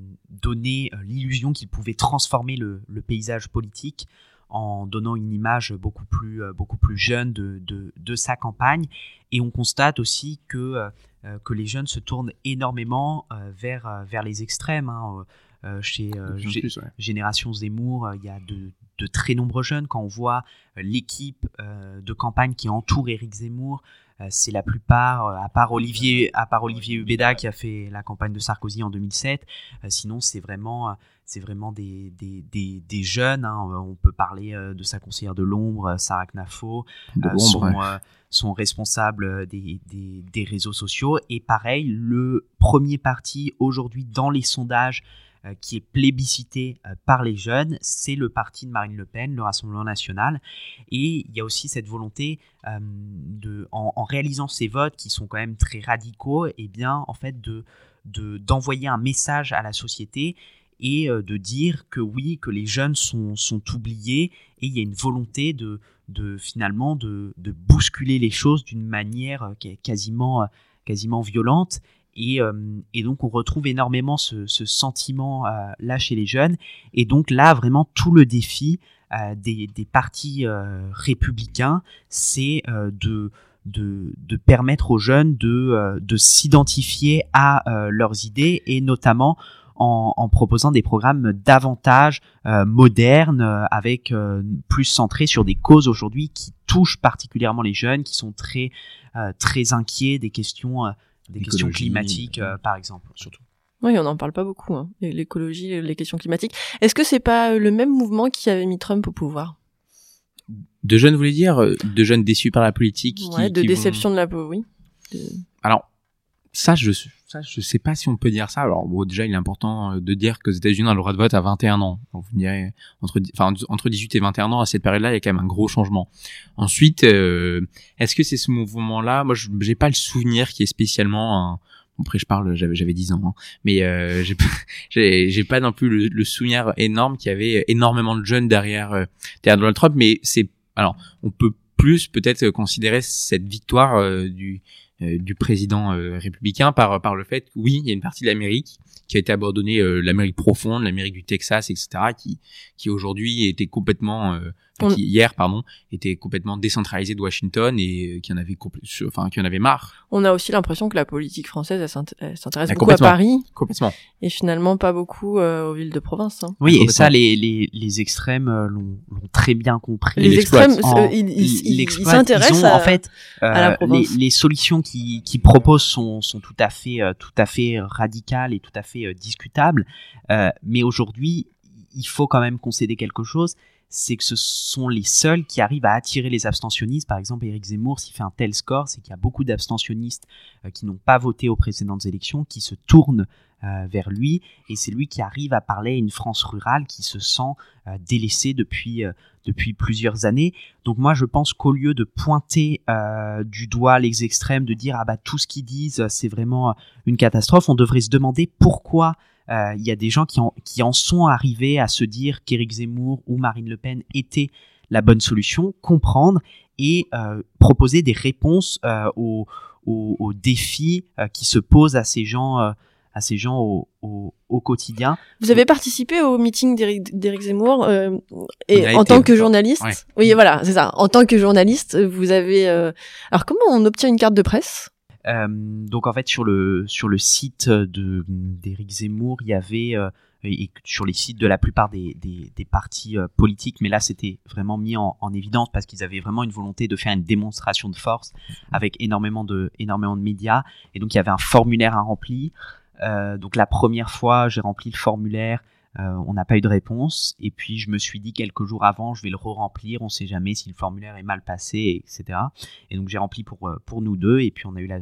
donné euh, l'illusion qu'il pouvait transformer le, le paysage politique en donnant une image beaucoup plus, euh, beaucoup plus jeune de, de, de sa campagne. Et on constate aussi que, euh, que les jeunes se tournent énormément euh, vers, euh, vers les extrêmes. Hein. Euh, chez euh, G- plus, ouais. Génération Zemmour, il euh, y a de, de très nombreux jeunes. Quand on voit euh, l'équipe euh, de campagne qui entoure Éric Zemmour, euh, c'est la plupart, euh, à part Olivier, à part Olivier Hubeda qui a fait la campagne de Sarkozy en deux mille sept, euh, sinon c'est vraiment... Euh, c'est vraiment des, des, des, des jeunes. Hein. On peut parler euh, de sa conseillère de l'ombre, Sarah Knafo, de euh, son, ouais. euh, son responsable des, des, des réseaux sociaux. Et pareil, le premier parti aujourd'hui dans les sondages euh, qui est plébiscité euh, par les jeunes, c'est le parti de Marine Le Pen, le Rassemblement National. Et il y a aussi cette volonté, euh, de, en, en réalisant ces votes qui sont quand même très radicaux, eh bien, en fait, de, de, d'envoyer un message à la société et de dire que oui, que les jeunes sont, sont oubliés, et il y a une volonté de, de finalement de, de bousculer les choses d'une manière quasiment, quasiment violente. Et, euh, et donc on retrouve énormément ce, ce sentiment euh, là chez les jeunes. Et donc là, vraiment tout le défi euh, des, des partis euh, républicains, c'est euh, de... De, de permettre aux jeunes de, euh, de s'identifier à euh, leurs idées, et notamment En, en proposant des programmes davantage euh, modernes, euh, avec euh, plus centrés sur des causes aujourd'hui qui touchent particulièrement les jeunes, qui sont très euh, très inquiets des questions euh, des questions climatiques, euh, par exemple, surtout. Oui, on n'en parle pas beaucoup, hein. L'écologie, les questions climatiques. Est-ce que c'est pas le même mouvement qui avait mis Trump au pouvoir? De jeunes, vous voulez dire, de jeunes déçus par la politique, ouais, qui, de qui déception vont... de la peau, oui. De... Alors. Ça, je ça, je sais pas si on peut dire ça. Alors, bon, déjà, il est important de dire qu'aux États-Unis, on a le droit de vote à vingt et un ans. Donc, vous me direz, entre, enfin, entre dix-huit et vingt et un ans, à cette période-là, il y a quand même un gros changement. Ensuite, euh, est-ce que c'est ce mouvement-là? Moi, je, j'ai pas le souvenir qui est spécialement un, bon, après, je parle, j'avais, j'avais dix ans, hein. Mais, euh, j'ai, j'ai, j'ai pas non plus le, le souvenir énorme qu'il y avait énormément de jeunes derrière, euh, derrière Donald Trump. Mais c'est, alors, on peut plus peut-être considérer cette victoire, euh, du, Euh, du président euh, républicain par par le fait que oui, il y a une partie de l'Amérique qui a été abandonnée, euh, l'Amérique profonde, l'Amérique du Texas, et cetera, qui qui aujourd'hui était complètement, euh, On... qui hier pardon, était complètement décentralisée de Washington, et euh, qui en avait compl- enfin qui en avait marre. On a aussi l'impression que la politique française elle s'int- elle s'intéresse ah, beaucoup à Paris, complètement, et finalement pas beaucoup euh, aux villes de province. Hein. Oui, et ça les les les extrêmes euh, l'ont l'ont très bien compris. Les extrêmes, en, euh, ils, ils, ils, ils s'intéressent ils ont, à, en fait, euh, à la province. Les, les solutions qu'ils qui proposent sont sont tout à fait euh, tout à fait radicales et tout à fait euh, discutables. Euh, mais aujourd'hui, il faut quand même concéder quelque chose. C'est que ce sont les seuls qui arrivent à attirer les abstentionnistes. Par exemple, Éric Zemmour, s'il fait un tel score, c'est qu'il y a beaucoup d'abstentionnistes euh, qui n'ont pas voté aux précédentes élections, qui se tournent euh, vers lui, et c'est lui qui arrive à parler à une France rurale qui se sent euh, délaissée depuis, euh, depuis plusieurs années. Donc moi, je pense qu'au lieu de pointer euh, du doigt les extrêmes, de dire « ah bah tout ce qu'ils disent, c'est vraiment une catastrophe », on devrait se demander pourquoi il euh, y a des gens qui en, qui en sont arrivés à se dire qu'Éric Zemmour ou Marine Le Pen étaient la bonne solution, comprendre et euh, proposer des réponses euh, aux, aux, aux défis euh, qui se posent à ces gens, euh, à ces gens au, au, au quotidien. Vous avez participé au meeting d'Éric, d'Éric Zemmour euh, et en été, tant que journaliste. Ouais. Oui, voilà, c'est ça. En tant que journaliste, vous avez. Euh... Alors, comment on obtient une carte de presse? Euh, donc en fait sur le sur le site de d'Éric Zemmour, il y avait euh, et sur les sites de la plupart des des, des partis euh, politiques, mais là c'était vraiment mis en, en évidence parce qu'ils avaient vraiment une volonté de faire une démonstration de force avec énormément de énormément de médias, et donc il y avait un formulaire à remplir. Euh, donc la première fois j'ai rempli le formulaire, euh, on n'a pas eu de réponse, et puis je me suis dit quelques jours avant je vais le re-remplir, on sait jamais si le formulaire est mal passé, et cetera. Et donc j'ai rempli pour pour nous deux, et puis on a eu la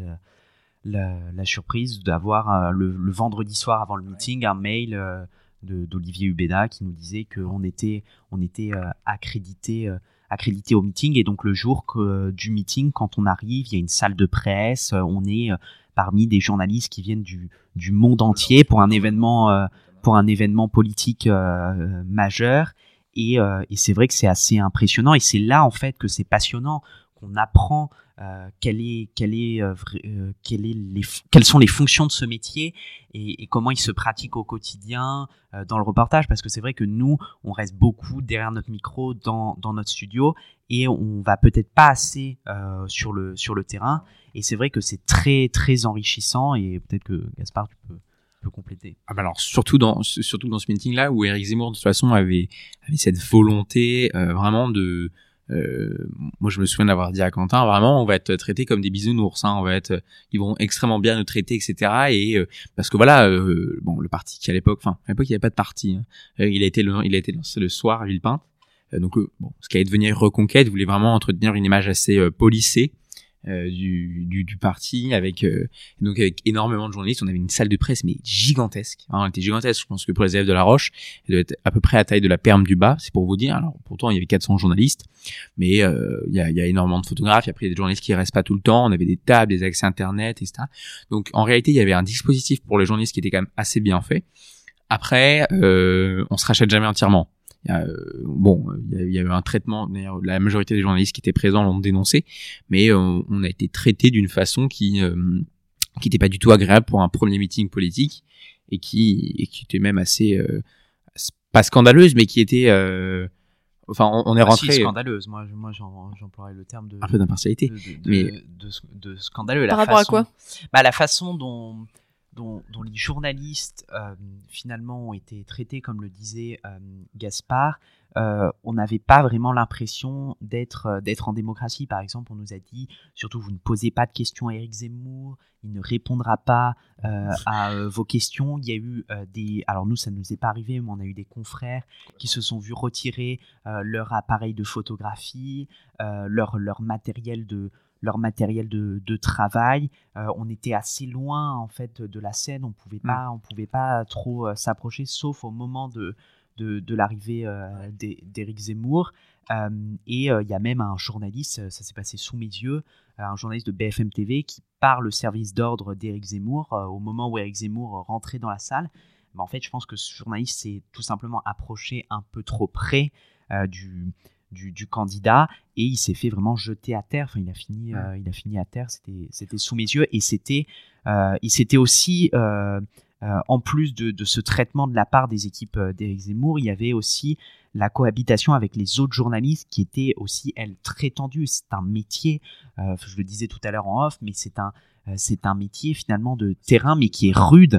la, la surprise d'avoir euh, le, le vendredi soir avant le meeting un mail euh, de, d'Olivier Hubeda qui nous disait qu'on était on était euh, accrédité euh, accrédité au meeting, et donc le jour que, euh, du meeting, quand on arrive, il y a une salle de presse, euh, on est euh, parmi des journalistes qui viennent du du monde entier pour un événement euh, pour un événement politique euh, majeur, et, euh, et c'est vrai que c'est assez impressionnant, et c'est là en fait que c'est passionnant, qu'on apprend euh, quelle est, quelle est, euh, euh, quelle est les, quelles sont les fonctions de ce métier, et, et comment il se pratique au quotidien euh, dans le reportage, parce que c'est vrai que nous, on reste beaucoup derrière notre micro dans, dans notre studio, et on va peut-être pas assez euh, sur, le, sur le terrain, et c'est vrai que c'est très très enrichissant, et peut-être que Gaspard, tu peux compléter. Ah bah alors surtout dans surtout dans ce meeting là où Éric Zemmour de toute façon avait avait cette volonté euh, vraiment de euh, moi je me souviens d'avoir dit à Quentin, vraiment on va être traité comme des bisounours, hein, on va être ils vont extrêmement bien nous traiter, etc. Et euh, parce que voilà euh, bon le parti qui à l'époque enfin à l'époque il n'y avait pas de parti, hein, euh, il a été le, il a été lancé le soir à Villepinte, euh, donc euh, bon ce qui allait devenir Reconquête voulait vraiment entretenir une image assez euh, policée Euh, du, du, du parti, avec euh, donc avec énormément de journalistes. On avait une salle de presse mais gigantesque, hein, elle était gigantesque. Je pense que pour les élèves de La Roche, elle devait être à peu près à taille de la Perme du Bas, c'est pour vous dire. Alors pourtant il y avait quatre cents journalistes, mais euh, il y a, il y a énormément de photographes. Et après il y a des journalistes qui restent pas tout le temps. On avait des tables, des accès internet, et cetera. Donc en réalité il y avait un dispositif pour les journalistes qui était quand même assez bien fait. Après euh, on se rachète jamais entièrement. Il y a, euh, bon, il y a eu un traitement, d'ailleurs, la majorité des journalistes qui étaient présents l'ont dénoncé, mais euh, on a été traité d'une façon qui euh, qui n'était pas du tout agréable pour un premier meeting politique, et qui et qui était même assez euh, pas scandaleuse, mais qui était euh, enfin on, on est ah, rentré si, scandaleuse. Moi, moi, j'en, j'emploierais le terme de un peu d'impartialité, de, de, mais de, de, de scandaleux. Par la rapport façon, à quoi? Bah la façon dont Dont, dont les journalistes euh, finalement ont été traités, comme le disait euh, Gaspard, euh, on n'avait pas vraiment l'impression d'être, euh, d'être en démocratie. Par exemple, on nous a dit, surtout vous ne posez pas de questions à Éric Zemmour, il ne répondra pas euh, à euh, vos questions. Il y a eu euh, des... Alors nous, ça ne nous est pas arrivé, mais on a eu des confrères qui se sont vus retirer euh, leur appareil de photographie, euh, leur, leur matériel de... leur matériel de, de travail. Euh, on était assez loin en fait de la scène, on pouvait pas, on pouvait pas trop euh, s'approcher, sauf au moment de de, de l'arrivée euh, d'Éric Zemmour. Euh, et il euh, y a même un journaliste, ça s'est passé sous mes yeux, un journaliste de B F M T V qui part le service d'ordre d'Éric Zemmour euh, au moment où Éric Zemmour rentrait dans la salle. Mais en fait, je pense que ce journaliste s'est tout simplement approché un peu trop près euh, du Du, du candidat, et il s'est fait vraiment jeter à terre. Enfin, il a fini, euh, il a fini à terre. C'était, c'était sous mes yeux, et c'était, euh, il s'était aussi, euh, euh, en plus de, de ce traitement de la part des équipes d'Éric Zemmour, il y avait aussi la cohabitation avec les autres journalistes qui étaient aussi, elles, très tendues. C'est un métier, euh, je le disais tout à l'heure en off, mais c'est un, c'est un métier finalement de terrain, mais qui est rude,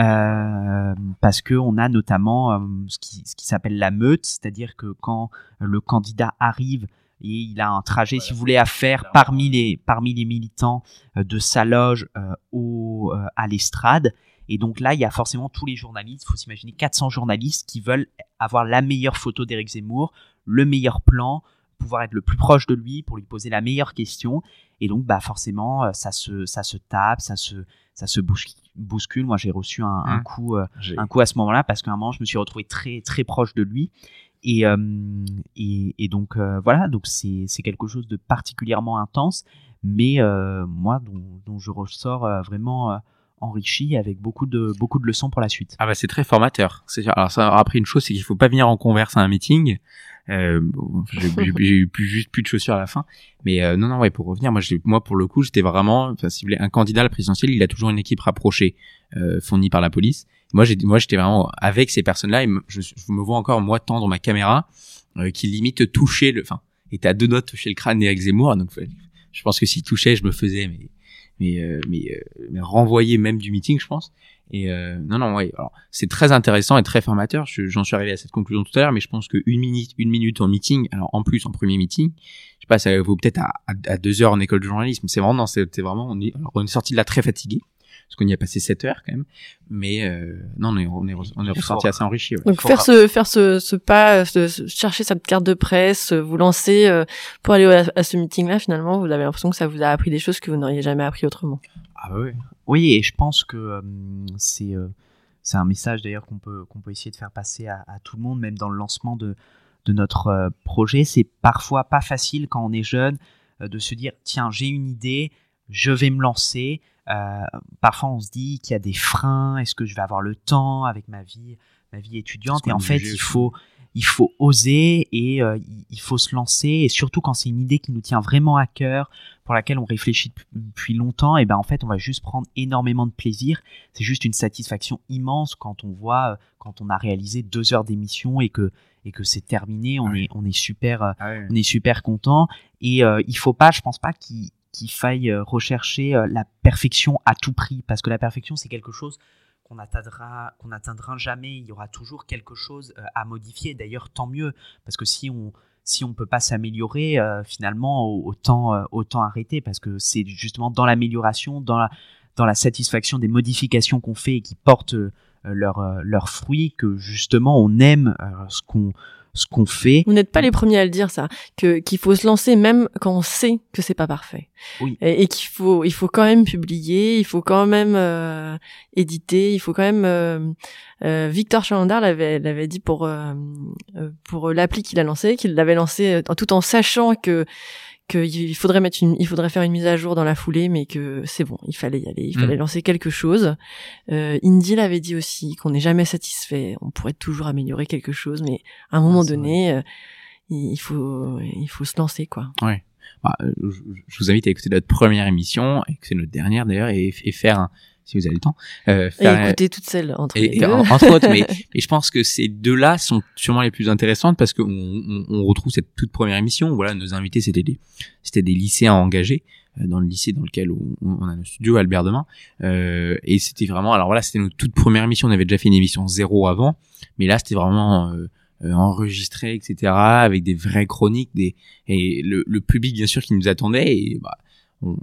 euh, parce que on a notamment euh, ce qui, ce qui s'appelle la meute, c'est-à-dire que quand le candidat arrive et il a un trajet, si vous voulez, à faire parmi les, parmi les militants euh, de sa loge euh, au, euh, à l'estrade. Et donc là, il y a forcément tous les journalistes, il faut s'imaginer quatre cents journalistes qui veulent avoir la meilleure photo d'Éric Zemmour, le meilleur plan, pouvoir être le plus proche de lui pour lui poser la meilleure question. Et donc, bah, forcément, ça se, ça se tape, ça se, ça se bouscule. Moi, j'ai reçu un, un, coup, euh, un coup à ce moment-là, parce qu'à un moment, je me suis retrouvé très, très proche de lui. Et, euh, et, et donc, euh, voilà, donc c'est, c'est quelque chose de particulièrement intense, mais euh, moi, dont, dont je ressors euh, vraiment... Euh, enrichi, avec beaucoup de beaucoup de leçons pour la suite. Ah bah c'est très formateur. C'est alors ça a appris une chose, c'est qu'il faut pas venir en converse à un meeting. Euh, bon, j'ai, j'ai, j'ai eu plus, juste plus de chaussures à la fin. Mais euh, non, non, ouais, pour revenir, moi, j'ai, moi, pour le coup, j'étais vraiment, enfin, si vous voulez, un candidat à la présidentielle, il a toujours une équipe rapprochée, euh, fournie par la police. Moi, j'ai, moi, j'étais vraiment avec ces personnes-là, et je, je me vois encore moi tendre ma caméra, euh, qui limite toucher le, enfin, était à deux doigts de toucher le crâne d'Éric Zemmour. Donc, je pense que s'il touchait, je me faisais, mais, mais, euh, mais, euh, mais renvoyer même du meeting, je pense. Et euh, non, non, ouais. Alors, c'est très intéressant et très formateur. Je, j'en suis arrivé à cette conclusion tout à l'heure, mais je pense que une minute, une minute en meeting, alors en plus en premier meeting, je sais pas, ça vaut peut-être à, à, à deux heures en école de journalisme. C'est vraiment, non, c'est, c'est vraiment, on est, alors on est sorti de là très fatigué, parce qu'on y a passé sept heures quand même. Mais euh, non, on est, on est, on est ressorti assez enrichi. Ouais. Donc faire ce, faire ce, ce pas, ce, ce, chercher cette carte de presse, vous lancer euh, pour aller à, à ce meeting-là. Finalement, vous avez l'impression que ça vous a appris des choses que vous n'auriez jamais appris autrement. Ah bah oui. Oui, et je pense que euh, c'est euh, c'est un message d'ailleurs qu'on peut qu'on peut essayer de faire passer à, à tout le monde, même dans le lancement de de notre euh, projet. C'est parfois pas facile quand on est jeune euh, de se dire tiens, j'ai une idée, je vais me lancer. Euh, parfois on se dit qu'il y a des freins, est-ce que je vais avoir le temps avec ma vie ma vie étudiante, et en fait il faut il faut oser et euh, il faut se lancer, et surtout quand c'est une idée qui nous tient vraiment à cœur, pour laquelle on réfléchit depuis longtemps, et ben en fait on va juste prendre énormément de plaisir. C'est juste une satisfaction immense quand on voit, quand on a réalisé deux heures d'émission et que et que c'est terminé, on oui. est on est super ah oui. on est super content. Et euh, il faut pas, je pense pas qu'il qu'il faille rechercher la perfection à tout prix, parce que la perfection c'est quelque chose qu'on atteindra, qu'on n'atteindra jamais. Il y aura toujours quelque chose à modifier. D'ailleurs, tant mieux, parce que si on si on peut pas s'améliorer, euh, finalement, autant euh, autant arrêter, parce que c'est justement dans l'amélioration, dans la dans la satisfaction des modifications qu'on fait et qui portent euh, leurs euh, leurs fruits, que justement on aime euh, ce qu'on ce qu'on fait. Vous n'êtes pas les premiers à le dire, ça, que qu'il faut se lancer même quand on sait que c'est pas parfait. Oui. Et, et qu'il faut il faut quand même publier, il faut quand même euh, éditer, il faut quand même euh, euh, Victor Chalandard l'avait l'avait dit pour euh, pour l'appli qu'il a lancé, qu'il l'avait lancé tout en sachant que qu'il faudrait mettre une, il faudrait faire une mise à jour dans la foulée, mais que c'est bon, il fallait y aller, il fallait mmh. lancer quelque chose. Euh, Indy l'avait dit aussi, qu'on n'est jamais satisfait, on pourrait toujours améliorer quelque chose, mais à un moment ah, donné, euh, il faut, il faut se lancer, quoi. Ouais. Bah, je, je vous invite à écouter notre première émission, et que c'est notre dernière d'ailleurs, et, et faire un, si vous avez le temps, euh, faire et écouter toutes celles entre et, les deux. Et, entre autres, mais, mais je pense que ces deux-là sont sûrement les plus intéressantes, parce qu'on on, on retrouve cette toute première émission. Voilà, nos invités c'était des c'était des lycéens engagés euh, dans le lycée dans lequel on, on a nos studios à Albert Demain, euh, et c'était vraiment, alors voilà, c'était notre toute première émission. On avait déjà fait une émission zéro avant, mais là c'était vraiment euh, euh, enregistré, et cetera, avec des vraies chroniques, des et le, le public bien sûr qui nous attendait. Et bah On,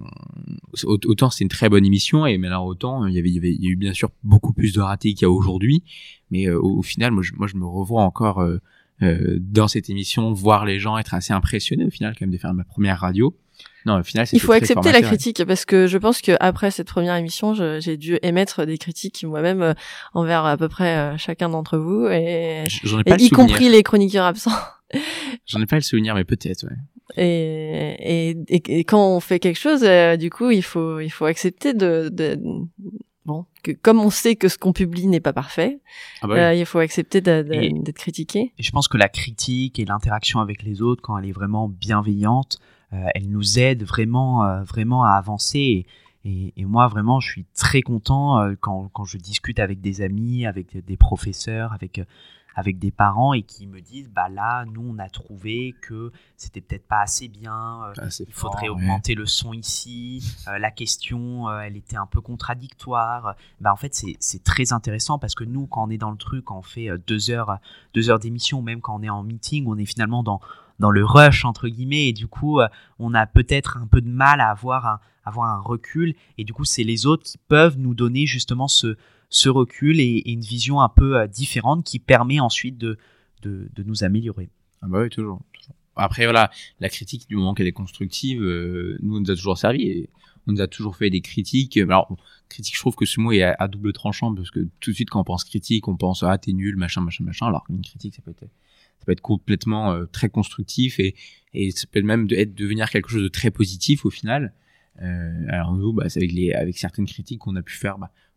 autant c'est une très bonne émission, et mais alors autant il y avait il y avait il y a eu bien sûr beaucoup plus de ratés qu'il y a aujourd'hui, mais euh, au, au final moi je moi je me revois encore euh, euh, dans cette émission, voir les gens être assez impressionnés au final quand même de faire ma première radio. Non, au final c'est il faut accepter la critique, parce que je pense que après cette première émission, je, j'ai dû émettre des critiques moi-même euh, envers à peu près euh, chacun d'entre vous, et, J'en ai pas et y compris les chroniqueurs absents. J'en ai pas le souvenir, mais peut-être, ouais. Et, et, et, et quand on fait quelque chose, euh, du coup, il faut, il faut accepter de, de, bon, que comme on sait que ce qu'on publie n'est pas parfait, ah bah oui. euh, il faut accepter de, de, et, d'être critiqué. Et je pense que la critique et l'interaction avec les autres, quand elle est vraiment bienveillante, euh, elle nous aide vraiment, euh, vraiment à avancer. Et, et, et moi, vraiment, je suis très content euh, quand, quand je discute avec des amis, avec des professeurs, avec avec des parents, et qui me disent bah là nous on a trouvé que c'était peut-être pas assez bien, euh, assez il faudrait fort, augmenter ouais. le son ici, euh, la question euh, elle était un peu contradictoire. Bah en fait c'est c'est très intéressant, parce que nous quand on est dans le truc, quand on fait deux heures deux heures d'émission, même quand on est en meeting, on est finalement dans dans le rush entre guillemets, et du coup euh, on a peut-être un peu de mal à avoir un avoir un recul, et du coup c'est les autres qui peuvent nous donner justement ce ce recul et, et une vision un peu euh, différente, qui permet ensuite de, de, de nous améliorer. Ah bah oui, toujours. Après, voilà, la critique, du moment qu'elle est constructive, euh, nous, on nous a toujours servi, et on nous a toujours fait des critiques. Alors, bon, critique, je trouve que ce mot est à, à double tranchant, parce que tout de suite, quand on pense critique, on pense, ah, t'es nul, machin, machin, machin, alors qu'une critique, ça peut être, ça peut être complètement euh, très constructif, et, et ça peut même de, être, devenir quelque chose de très positif, au final. Euh, alors nous, bah, c'est avec les, avec certaines critiques qu'on a pu faire, bah,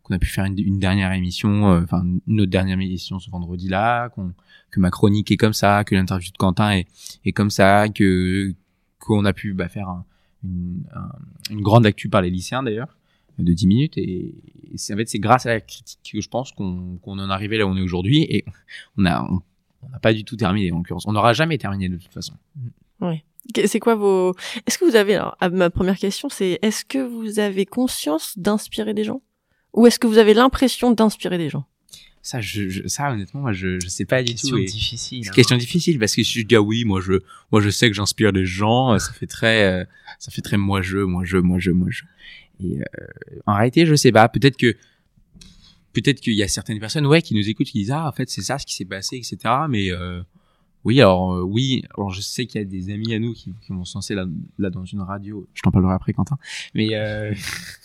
qu'on a pu faire une, une dernière émission, enfin euh, une autre dernière émission ce vendredi-là, qu'on, que ma chronique est comme ça, que l'interview de Quentin est, est comme ça, que qu'on a pu bah, faire un, une, un, une grande actu par les lycéens d'ailleurs, de dix minutes. Et, et c'est, en fait, c'est grâce à la critique que je pense qu'on, qu'on en est arrivé là où on est aujourd'hui. Et on a, on, on n'a pas du tout terminé en l'occurrence. On n'aura jamais terminé de toute façon. Oui. C'est quoi vos... Est-ce que vous avez... Alors, ma première question, c'est est-ce que vous avez conscience d'inspirer des gens ? Ou est-ce que vous avez l'impression d'inspirer des gens ? Ça, je, je, ça, honnêtement, moi, je, je sais pas du question tout. Question difficile. C'est une question difficile parce que je dis ah oui, moi, je, moi, je sais que j'inspire des gens. Ça fait très, euh, ça fait très moi je, moi je, moi je, moi je. Et euh, en réalité, je sais pas. Peut-être que, peut-être qu'il y a certaines personnes, ouais, qui nous écoutent, qui disent ah, en fait, c'est ça ce qui s'est passé, et cetera. Mais euh, oui, alors euh, oui, alors je sais qu'il y a des amis à nous qui, qui vont se lancer là, là dans une radio. Je t'en parlerai après, Quentin. Mais euh,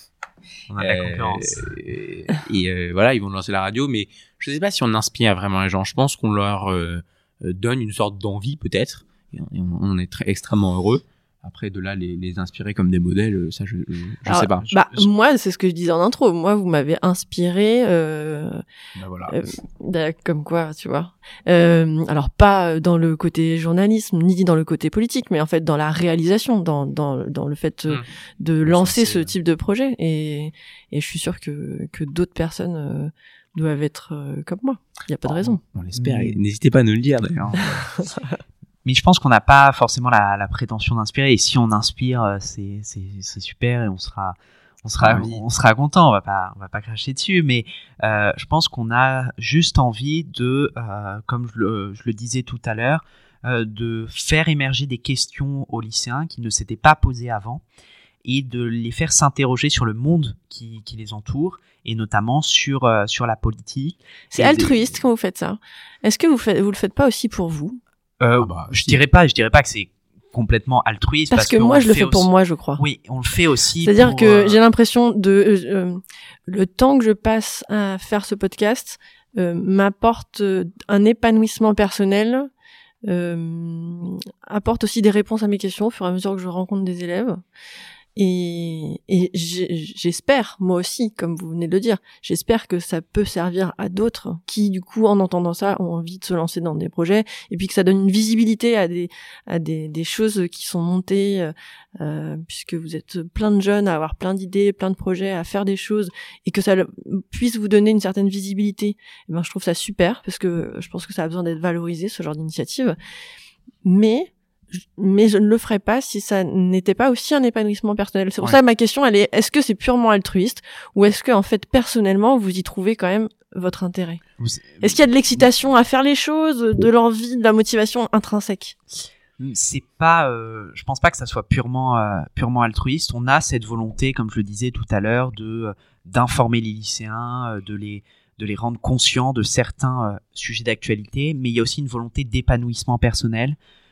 on a de la concurrence. Euh, et euh, voilà, ils vont lancer la radio, mais je sais pas si on inspire vraiment les gens. Je pense qu'on leur euh, donne une sorte d'envie peut-être, et on, on est très extrêmement heureux. Après, de là, les, les inspirer comme des modèles, ça, je, je, je alors, sais pas. Bah, je... moi, c'est ce que je disais en intro. Moi, vous m'avez inspiré, euh, bah voilà. euh, comme quoi, tu vois. Euh, alors, pas dans le côté journalisme, ni dans le côté politique, mais en fait, dans la réalisation, dans, dans, dans le fait mmh. de lancer ce type de projet. Et, et je suis sûre que, que d'autres personnes euh, doivent être euh, comme moi. Il n'y a pas oh, de raison. On l'espère. Mmh. N'hésitez pas à nous le dire, d'ailleurs. Mais je pense qu'on n'a pas forcément la, la prétention d'inspirer. Et si on inspire, c'est, c'est, c'est super et on sera, on sera, ah oui. on sera content. On va pas, on va pas cracher dessus. Mais euh, je pense qu'on a juste envie de, euh, comme je le, je le disais tout à l'heure, euh, de faire émerger des questions aux lycéens qui ne s'étaient pas posées avant et de les faire s'interroger sur le monde qui, qui les entoure et notamment sur, euh, sur la politique. C'est altruiste des... quand vous faites ça. Est-ce que vous faites, vous le faites pas aussi pour vous? Euh, ah bah, je dirais pas, je dirais pas que c'est complètement altruiste. Parce, parce que, que moi, je le fais aussi... pour moi, je crois. Oui, on le fait aussi. C'est-à-dire pour, que euh... j'ai l'impression de euh, euh, le temps que je passe à faire ce podcast euh, m'apporte un épanouissement personnel, euh, apporte aussi des réponses à mes questions au fur et à mesure que je rencontre des élèves. Et, et j'espère, moi aussi, comme vous venez de le dire, j'espère que ça peut servir à d'autres qui, du coup, en entendant ça, ont envie de se lancer dans des projets, et puis que ça donne une visibilité à des à des, des choses qui sont montées, euh, puisque vous êtes plein de jeunes à avoir plein d'idées, plein de projets, à faire des choses, et que ça puisse vous donner une certaine visibilité. Et ben, je trouve ça super, parce que je pense que ça a besoin d'être valorisé, ce genre d'initiative. Mais mais je ne le ferais pas si ça n'était pas aussi un épanouissement personnel. C'est pour ouais. ça que ma question, elle est, est-ce que c'est purement altruiste ou est-ce que, en fait, personnellement, vous y trouvez quand même votre intérêt? Est-ce qu'il y a de l'excitation à faire les choses, de l'envie, de la motivation intrinsèque? C'est pas, euh, je pense pas que ça soit purement, euh, purement altruiste. On a cette volonté, comme je le disais tout à l'heure, de, d'informer les lycéens, de les, de les rendre conscients de certains euh, sujets d'actualité, mais il y a aussi une volonté d'épanouissement personnel,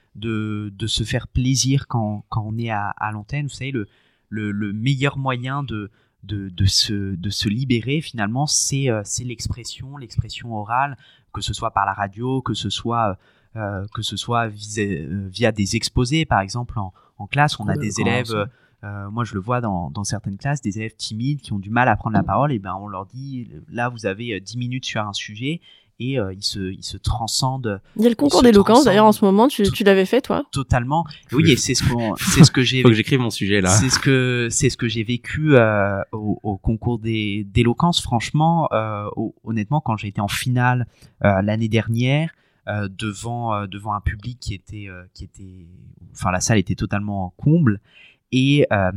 de, de se faire plaisir quand, quand on est à, à l'antenne. Vous savez, le, le, le meilleur moyen de, de, de, se, de se libérer, finalement, c'est, euh, c'est l'expression, l'expression orale, que ce soit par la radio, que ce soit, euh, que ce soit via, euh, via des exposés, par exemple, en, en classe. On a des élèves, euh, euh, moi je le vois dans, dans certaines classes, des élèves timides qui ont du mal à prendre la parole, et ben on leur dit, là, vous avez dix minutes sur un sujet, et euh, ils se ils se transcendent. Il y a le concours d'éloquence d'ailleurs en ce moment, tu tout, tu l'avais fait toi? Totalement. Oui, et c'est ce qu'on c'est ce que j'ai Faut que j'écrive mon sujet là. C'est ce que c'est ce que j'ai vécu euh, au, au concours des d'éloquence. Franchement, euh, honnêtement, quand j'ai été en finale euh, l'année dernière euh, devant euh, devant un public qui était euh, qui était enfin la salle était totalement en comble, et euh,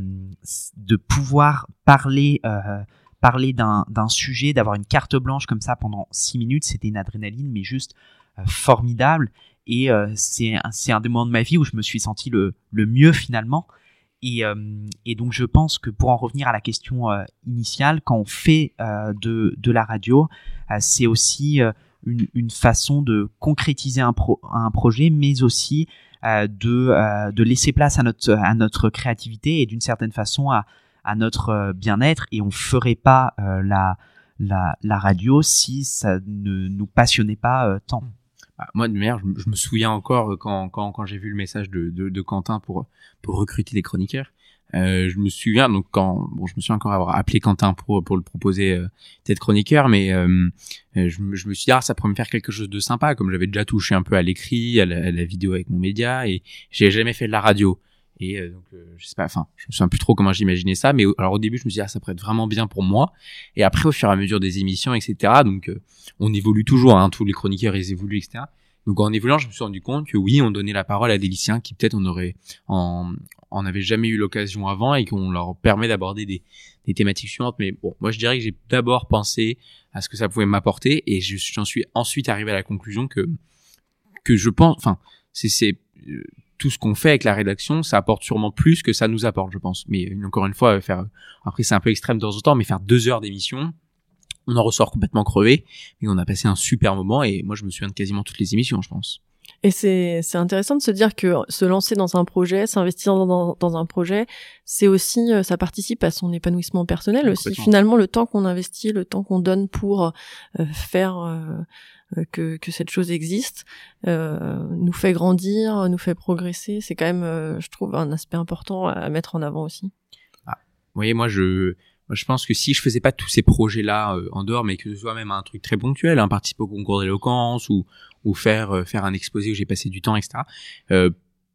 de pouvoir parler euh, parler d'un, d'un sujet, d'avoir une carte blanche comme ça pendant six minutes, c'était une adrénaline, mais juste euh, formidable. Et euh, c'est, c'est un des moments de ma vie où je me suis senti le, le mieux finalement. Et, euh, et donc je pense que pour en revenir à la question euh, initiale, quand on fait euh, de, de la radio, euh, c'est aussi euh, une, une façon de concrétiser un, pro, un projet, mais aussi euh, de, euh, de laisser place à notre, à notre créativité et d'une certaine façon à à notre bien-être, et on ferait pas euh, la, la, la radio si ça ne nous passionnait pas euh, tant. Bah, moi, de manière, je, je me souviens encore quand, quand, quand j'ai vu le message de, de, de Quentin pour, pour recruter des chroniqueurs. Euh, je me souviens donc quand bon je me souviens encore avoir appelé Quentin pour pour le proposer euh, d'être chroniqueur, mais euh, je, me- je me suis dit ah ça pourrait me faire quelque chose de sympa, comme j'avais déjà touché un peu à l'écrit, à la, à la vidéo avec mon média, et j'ai jamais fait de la radio. Et euh, donc euh, je sais pas, enfin je me souviens plus trop comment j'imaginais ça, mais au- alors au début je me suis dit ah ça pourrait être vraiment bien pour moi. Et après au fur et à mesure des émissions etc, donc euh, on évolue toujours, hein, tous les chroniqueurs ils évoluent etc. Donc en évoluant je me suis rendu compte que oui on donnait la parole à des lycéens qui peut-être on aurait en on n'avait jamais eu l'occasion avant, et qu'on leur permet d'aborder des des thématiques suivantes. Mais bon, moi je dirais que j'ai d'abord pensé à ce que ça pouvait m'apporter, et je- j'en suis ensuite arrivé à la conclusion que que je pense, enfin c'est c'est euh, tout ce qu'on fait avec la rédaction, ça apporte sûrement plus que ça nous apporte, je pense. Mais euh, encore une fois, euh, faire, après c'est un peu extrême de temps en temps, mais faire deux heures d'émission, on en ressort complètement crevé, mais on a passé un super moment, et moi je me souviens de quasiment toutes les émissions, je pense. Et c'est c'est intéressant de se dire que se lancer dans un projet, s'investir dans, dans, dans un projet, c'est aussi euh, ça participe à son épanouissement personnel aussi. Complètement. Finalement, le temps qu'on investit, le temps qu'on donne pour euh, faire euh, euh, que que cette chose existe, euh, nous fait grandir, nous fait progresser. C'est quand même, euh, je trouve, un aspect important à mettre en avant aussi. Vous voyez, moi je moi, je pense que si je faisais pas tous ces projets-là euh, en dehors, mais que ce soit même un truc très ponctuel, hein, participer au concours d'éloquence ou ou faire euh, faire un exposé où j'ai passé du temps, et cetera. Euh,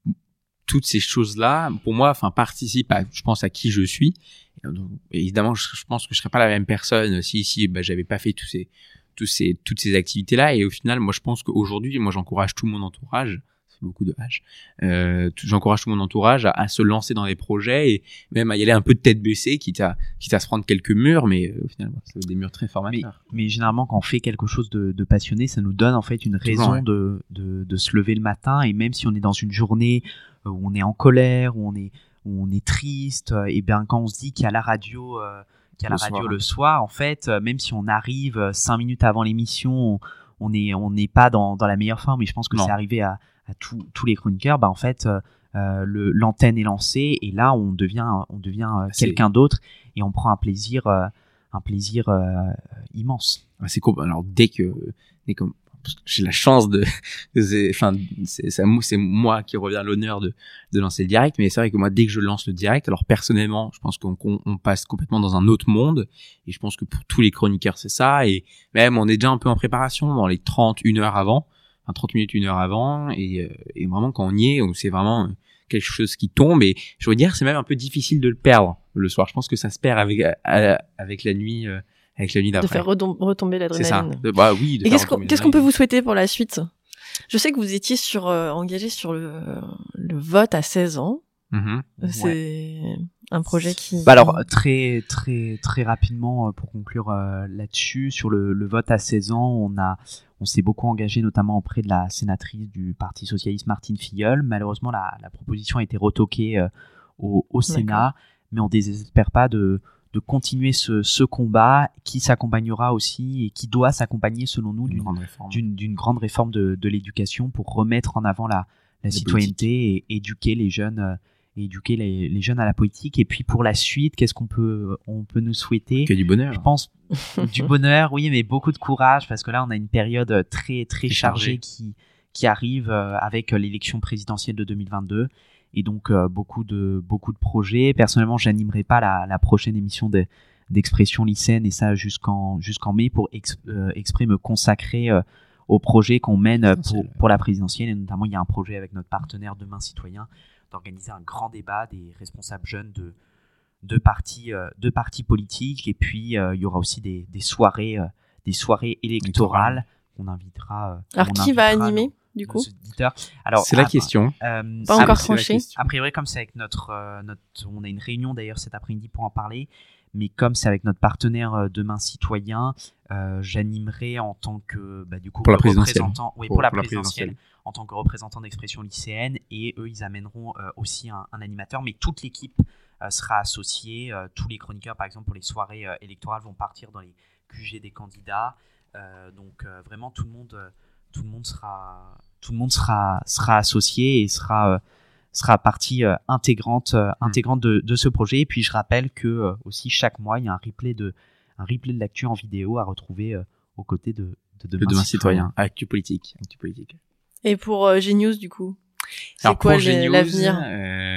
toutes ces choses-là, pour moi, enfin, participent à, je pense, à qui je suis. Et donc, évidemment, je, je pense que je serais pas la même personne si si bah, j'avais pas fait tous ces tous ces toutes ces activités-là. Et au final, moi, je pense qu'aujourd'hui, moi, j'encourage tout mon entourage. C'est beaucoup de H. Euh, tout- j'encourage tout mon entourage à, à se lancer dans des projets, et même à y aller un peu de tête baissée, quitte à quitte à se prendre quelques murs, mais euh, au final, bon, c'est des murs très Mais, formateurs. mais généralement, quand on fait quelque chose de, de passionné, ça nous donne en fait une Toujours, raison ouais. de, de, de se lever le matin. Et même si on est dans une journée euh, où on est en colère, où on est, où on est triste, euh, et bien quand on se dit qu'il y a la radio, euh, qu'il y a Le la radio soir. le soir, en fait, euh, même si on arrive euh, cinq minutes avant l'émission, on- on n'est on n'est pas dans, dans la meilleure forme. Et je pense que Non. c'est arrivé à, à tous tous les chroniqueurs. Bah en fait, euh, euh, le, l'antenne est lancée, et là on devient, on devient euh, C'est- quelqu'un d'autre, et on prend un plaisir. euh, un plaisir euh, immense. Ouais, c'est cool. Alors dès que, dès que parce que j'ai la chance de, de- c'est- enfin, c'est, c'est, c'est moi qui revient l'honneur de, de lancer le direct, mais c'est vrai que moi, dès que je lance le direct, alors personnellement, je pense qu'on, qu'on on passe complètement dans un autre monde, et je pense que pour tous les chroniqueurs, c'est ça, et même on est déjà un peu en préparation dans les trente, une heure avant, enfin trente minutes, une heure avant, et, euh, et vraiment quand on y est, on- c'est vraiment quelque chose qui tombe, et je veux dire, c'est même un peu difficile de le perdre le soir. Je pense que ça se perd avec, à- avec la nuit, euh, avec la nuit De d'après. faire redom- retomber C'est ça. l'adrénaline. De- bah oui. de Et faire qu'est-ce qu'on, retomber qu'est-ce qu'on peut l'adrénaline. vous souhaiter pour la suite? Je sais que vous étiez sur, euh, engagé sur le, le vote à seize ans. Mhm. C'est un projet qui... Bah alors très très très rapidement, euh, pour conclure euh, là-dessus, sur le, le vote à seize ans, on a on s'est beaucoup engagé notamment auprès de la sénatrice du Parti socialiste Martine Filleul. Malheureusement, la, la proposition a été retoquée euh, au, au Sénat, mais on désespère pas de de continuer ce, ce combat qui s'accompagnera aussi, et qui doit s'accompagner selon nous Une d'une grande réforme. d'une, d'une grande réforme de, de l'éducation pour remettre en avant la, la citoyenneté et éduquer les jeunes, euh, et éduquer les, les jeunes à la politique. Et puis pour la suite, qu'est-ce qu'on peut, on peut nous souhaiter? Que du bonheur. Je pense du bonheur, oui, mais beaucoup de courage, parce que là, on a une période très très Très chargée chargée. qui qui arrive euh, avec euh, l'élection présidentielle de deux mille vingt-deux, et donc euh, beaucoup de beaucoup de projets. Personnellement, j'animerai pas la, la prochaine émission de, d'Expression lycéenne, et ça jusqu'en jusqu'en mai, pour ex, euh, exprès me consacrer euh, aux projets qu'on mène euh, pour, pour la présidentielle. Et notamment, il y a un projet avec notre partenaire Demain Citoyen d'organiser un grand débat des responsables jeunes de de partis euh, de partis politiques. Et puis euh, il y aura aussi des, des soirées euh, des soirées électorales qu'on invitera. Euh, Alors qu'on qui va invitera animer, nos- du nos coup? auditeurs. Alors C'est la ah, question. euh, Pas ah, encore c'est la tranché. question. a priori, comme c'est avec notre, euh, notre, on a une réunion d'ailleurs cet après-midi pour en parler, mais comme c'est avec notre partenaire euh, Demain Citoyen, euh, j'animerai en tant que, bah, du coup, Pour la présidentielle. représentant, oui, Pour- pour, la pour la présidentielle, présidentielle. en tant que représentant d'Expression lycéenne, et eux, ils amèneront euh, aussi un, un animateur, mais toute l'équipe euh, sera associée. Euh, tous les chroniqueurs, par exemple, pour les soirées euh, électorales, vont partir dans les Q G des candidats. Euh, donc euh, vraiment, tout le monde, euh, tout le monde sera, tout le monde sera, sera associé et sera euh, sera partie euh, intégrante, euh, intégrante de, de ce projet. Et puis je rappelle que euh, aussi chaque mois, il y a un replay de, un replay de l'actu en vidéo à retrouver euh, aux côtés de, de Demain, Le demain Citoyen. citoyen. Actu politique. Actu politique. Et pour euh, Genius, du coup? C'est Alors quoi pour le- Genius, l'avenir? euh,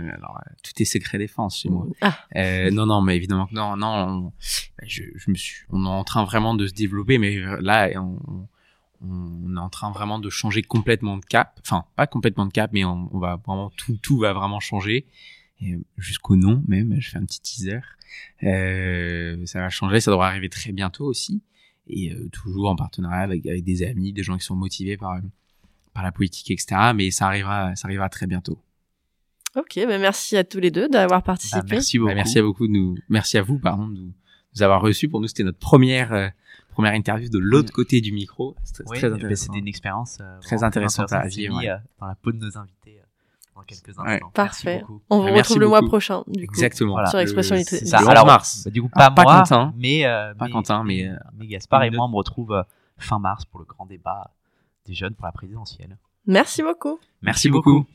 alors, tout est secret défense chez moi. Ah. Euh, non, non, mais évidemment que non, non. On, je, je me suis, on est en train vraiment de se développer, mais là, on, on est en train vraiment de changer complètement de cap. Enfin, pas complètement de cap, mais on, on va vraiment tout, tout va vraiment changer. Et jusqu'au nom même, je fais un petit teaser. Euh, ça va changer, ça devrait arriver très bientôt aussi. Et euh, toujours en partenariat avec, avec des amis, des gens qui sont motivés par par la politique, et cetera. Mais ça arrivera, ça arrivera très bientôt. Ok, bah merci à tous les deux d'avoir participé. Bah, merci beaucoup. Bah, merci à beaucoup de nous, merci à vous, pardon, de nous avoir reçus. Pour nous, c'était notre première euh, première interview de l'autre côté du micro. C'était oui, très intéressant. C'était une expérience euh, très intéressante à vivre. Ouais. Dans la peau de nos invités euh, dans quelques instants. Ouais. Parfait. Beaucoup. On vous Merci retrouve le beaucoup. mois prochain, du coup. Exactement. Voilà. Sur Expression Le- Littéraire. c'est ça. Le Alors, onze mars. Bah, du coup, Ah, pas, pas moi, Quentin. mais, euh, Pas mais, Quentin, mais, euh, mais Gaspard et une moi, on me retrouve euh, fin mars pour le grand débat des jeunes pour la présidentielle. Merci beaucoup. Merci beaucoup.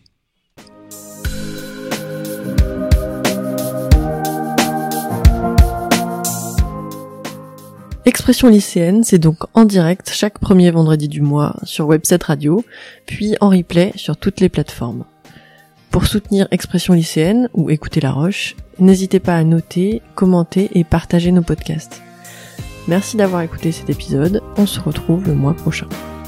Expression lycéenne, c'est donc en direct chaque premier vendredi du mois sur Webset Radio, puis en replay sur toutes les plateformes. Pour soutenir Expression lycéenne ou écouter La Roche, n'hésitez pas à noter, commenter et partager nos podcasts. Merci d'avoir écouté cet épisode, on se retrouve le mois prochain.